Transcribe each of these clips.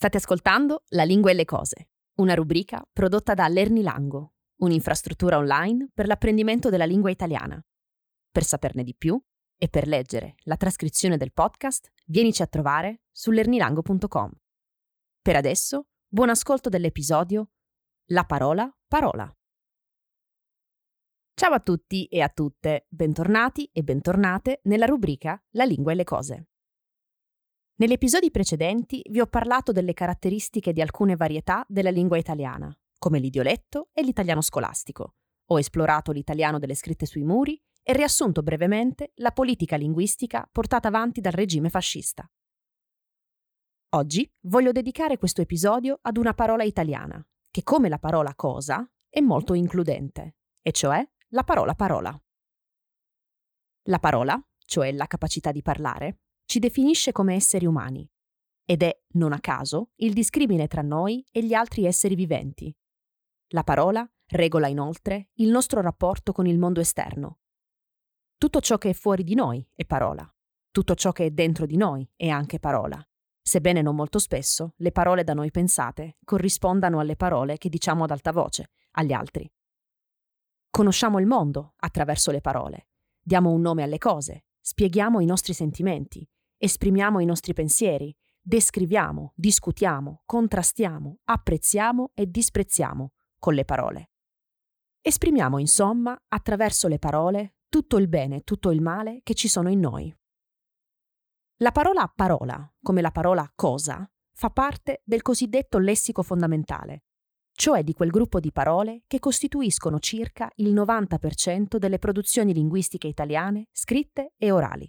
State ascoltando La lingua e le cose, una rubrica prodotta da Lernilango, un'infrastruttura online per l'apprendimento della lingua italiana. Per saperne di più e per leggere la trascrizione del podcast, vienici a trovare su lernilango.com. Per adesso, buon ascolto dell'episodio La parola parola. Ciao a tutti e a tutte, bentornati e bentornate nella rubrica La lingua e le cose. Negli episodi precedenti vi ho parlato delle caratteristiche di alcune varietà della lingua italiana, come l'idioletto e l'italiano scolastico. Ho esplorato l'italiano delle scritte sui muri e riassunto brevemente la politica linguistica portata avanti dal regime fascista. Oggi voglio dedicare questo episodio ad una parola italiana, che come la parola cosa è molto includente, e cioè la parola parola. La parola, cioè la capacità di parlare, ci definisce come esseri umani ed è, non a caso, il discrimine tra noi e gli altri esseri viventi. La parola regola inoltre il nostro rapporto con il mondo esterno. Tutto ciò che è fuori di noi è parola, tutto ciò che è dentro di noi è anche parola, sebbene non molto spesso le parole da noi pensate corrispondano alle parole che diciamo ad alta voce agli altri. Conosciamo il mondo attraverso le parole, diamo un nome alle cose, spieghiamo i nostri sentimenti, esprimiamo i nostri pensieri, descriviamo, discutiamo, contrastiamo, apprezziamo e disprezziamo con le parole. Esprimiamo, insomma, attraverso le parole tutto il bene e tutto il male che ci sono in noi. La parola parola, come la parola cosa, fa parte del cosiddetto lessico fondamentale, cioè di quel gruppo di parole che costituiscono circa il 90% delle produzioni linguistiche italiane scritte e orali.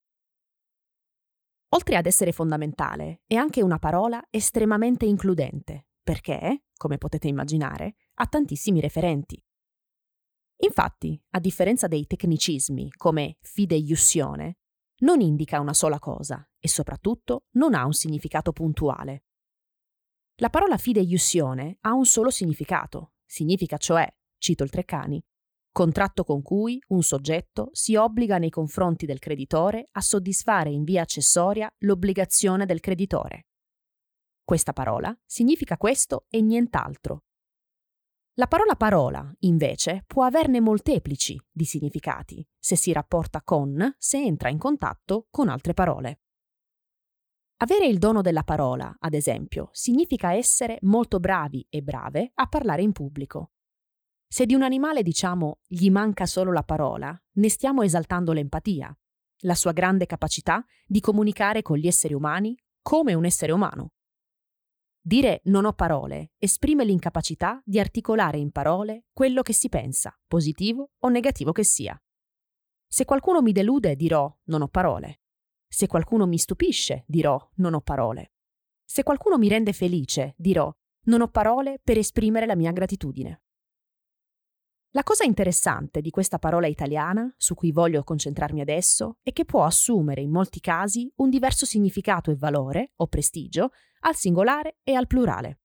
Oltre ad essere fondamentale, è anche una parola estremamente includente, perché, come potete immaginare, ha tantissimi referenti. Infatti, a differenza dei tecnicismi come fideiussione, non indica una sola cosa e soprattutto non ha un significato puntuale. La parola fideiussione ha un solo significato, significa cioè, cito il Treccani, contratto con cui un soggetto si obbliga nei confronti del creditore a soddisfare in via accessoria l'obbligazione del creditore. Questa parola significa questo e nient'altro. La parola parola, invece, può averne molteplici di significati, se si rapporta con, se entra in contatto con altre parole. Avere il dono della parola, ad esempio, significa essere molto bravi e brave a parlare in pubblico. Se di un animale diciamo gli manca solo la parola, ne stiamo esaltando l'empatia, la sua grande capacità di comunicare con gli esseri umani come un essere umano. Dire non ho parole esprime l'incapacità di articolare in parole quello che si pensa, positivo o negativo che sia. Se qualcuno mi delude dirò non ho parole. Se qualcuno mi stupisce dirò non ho parole. Se qualcuno mi rende felice dirò non ho parole per esprimere la mia gratitudine. La cosa interessante di questa parola italiana, su cui voglio concentrarmi adesso, è che può assumere in molti casi un diverso significato e valore, o prestigio, al singolare e al plurale.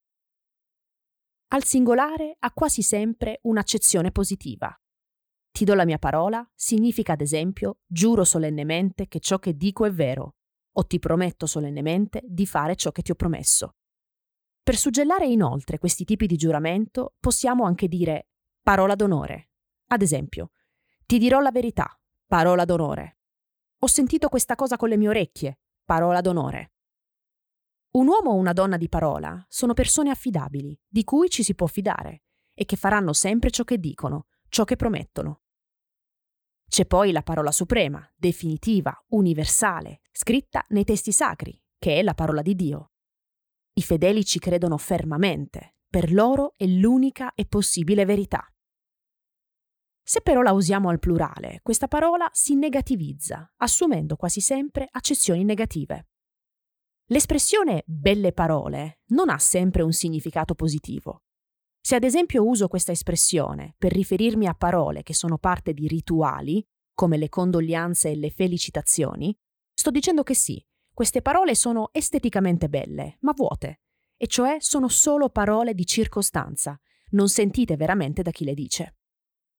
Al singolare ha quasi sempre un'accezione positiva. Ti do la mia parola significa ad esempio giuro solennemente che ciò che dico è vero, o ti prometto solennemente di fare ciò che ti ho promesso. Per suggellare inoltre questi tipi di giuramento possiamo anche dire parola d'onore. Ad esempio, ti dirò la verità, parola d'onore. Ho sentito questa cosa con le mie orecchie, parola d'onore. Un uomo o una donna di parola sono persone affidabili, di cui ci si può fidare e che faranno sempre ciò che dicono, ciò che promettono. C'è poi la parola suprema, definitiva, universale, scritta nei testi sacri, che è la parola di Dio. I fedeli ci credono fermamente, per loro è l'unica e possibile verità. Se però la usiamo al plurale, questa parola si negativizza, assumendo quasi sempre accezioni negative. L'espressione belle parole non ha sempre un significato positivo. Se ad esempio uso questa espressione per riferirmi a parole che sono parte di rituali, come le condoglianze e le felicitazioni, sto dicendo che sì, queste parole sono esteticamente belle, ma vuote, e cioè sono solo parole di circostanza, non sentite veramente da chi le dice.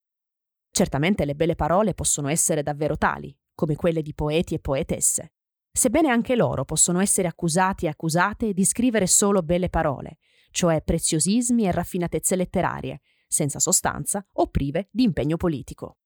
Certamente le belle parole possono essere davvero tali, come quelle di poeti e poetesse. sebbene anche loro possono essere accusati e accusate di scrivere solo belle parole, cioè preziosismi e raffinatezze letterarie, senza sostanza o prive di impegno politico.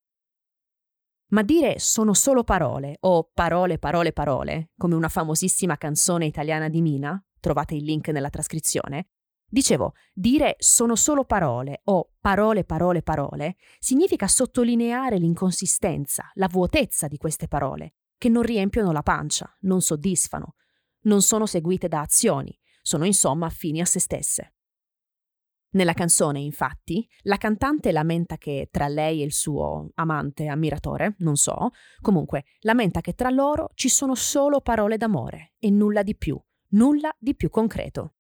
Ma dire sono solo parole o parole, parole, parole, come una famosissima canzone italiana di Mina, trovate il link nella trascrizione, dicevo, dire sono solo parole o parole, parole, parole significa sottolineare l'inconsistenza, la vuotezza di queste parole, che non riempiono la pancia, non soddisfano, non sono seguite da azioni, sono insomma fini a se stesse. Nella canzone, infatti, la cantante lamenta che tra lei e il suo amante, ammiratore, non so, comunque lamenta che tra loro ci sono solo parole d'amore e nulla di più concreto.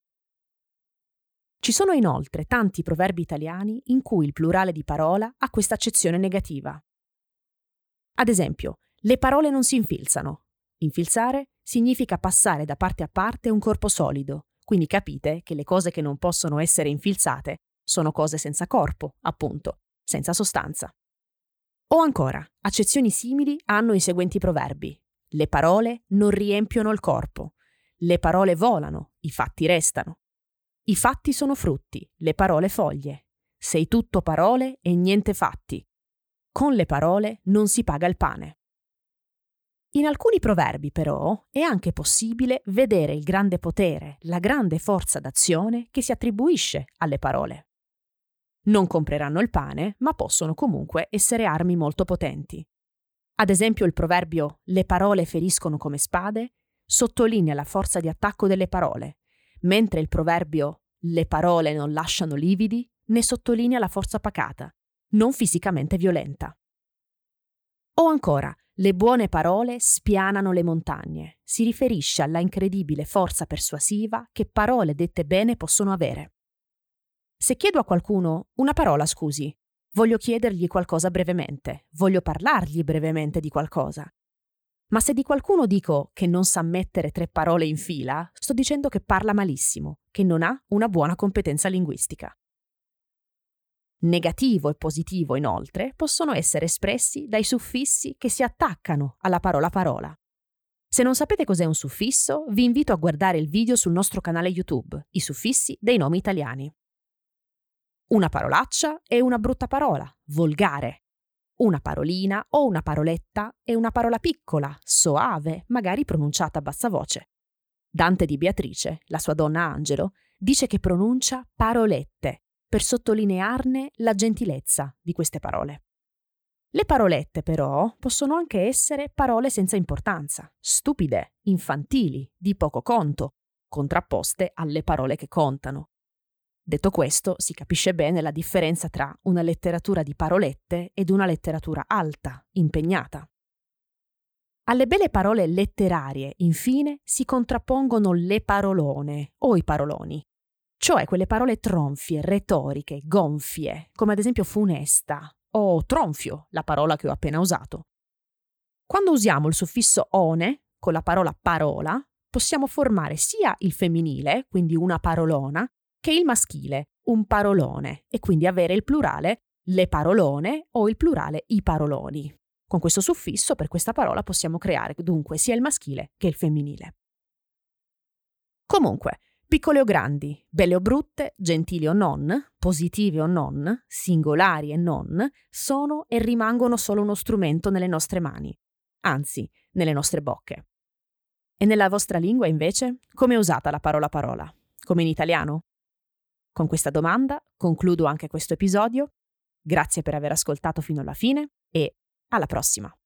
Ci sono inoltre tanti proverbi italiani in cui il plurale di parola ha questa accezione negativa. Ad esempio, le parole non si infilzano. Infilzare significa passare da parte a parte un corpo solido. Quindi capite che le cose che non possono essere infilzate sono cose senza corpo, appunto, senza sostanza. O ancora, accezioni simili hanno i seguenti proverbi. Le parole non riempiono il corpo. Le parole volano, i fatti restano. I fatti sono frutti, le parole foglie. Sei tutto parole e niente fatti. Con le parole non si paga il pane. In alcuni proverbi, però, è anche possibile vedere il grande potere, la grande forza d'azione che si attribuisce alle parole. Non compreranno il pane, ma possono comunque essere armi molto potenti. Ad esempio il proverbio «le parole feriscono come spade» sottolinea la forza di attacco delle parole, mentre il proverbio «le parole non lasciano lividi» ne sottolinea la forza pacata, non fisicamente violenta. O ancora, le buone parole spianano le montagne. Si riferisce alla incredibile forza persuasiva che parole dette bene possono avere. Se chiedo a qualcuno una parola, scusi, voglio chiedergli qualcosa brevemente, voglio parlargli brevemente di qualcosa. Ma se di qualcuno dico che non sa mettere 3 parole in fila, sto dicendo che parla malissimo, che non ha una buona competenza linguistica. Negativo e positivo, inoltre, possono essere espressi dai suffissi che si attaccano alla parola parola. Se non sapete cos'è un suffisso, vi invito a guardare il video sul nostro canale YouTube, I suffissi dei nomi italiani. Una parolaccia è una brutta parola, volgare. Una parolina o una paroletta è una parola piccola, soave, magari pronunciata a bassa voce. Dante di Beatrice, la sua donna Angelo, dice che pronuncia parolette, per sottolinearne la gentilezza di queste parole. Le parolette, però, possono anche essere parole senza importanza, stupide, infantili, di poco conto, contrapposte alle parole che contano. Detto questo, si capisce bene la differenza tra una letteratura di parolette ed una letteratura alta, impegnata. Alle belle parole letterarie, infine, si contrappongono le parolone o i paroloni, cioè quelle parole tronfie, retoriche, gonfie, come ad esempio funesta o tronfio, la parola che ho appena usato. Quando usiamo il suffisso one con la parola parola, possiamo formare sia il femminile, quindi una parolona, che il maschile, un parolone, e quindi avere il plurale le parolone o il plurale i paroloni. Con questo suffisso per questa parola possiamo creare dunque sia il maschile che il femminile. Comunque, piccole o grandi, belle o brutte, gentili o non, positive o non, singolari e non, sono e rimangono solo uno strumento nelle nostre mani, anzi, nelle nostre bocche. E nella vostra lingua, invece, come è usata la parola parola? Come in italiano? Con questa domanda concludo anche questo episodio. Grazie per aver ascoltato fino alla fine e alla prossima!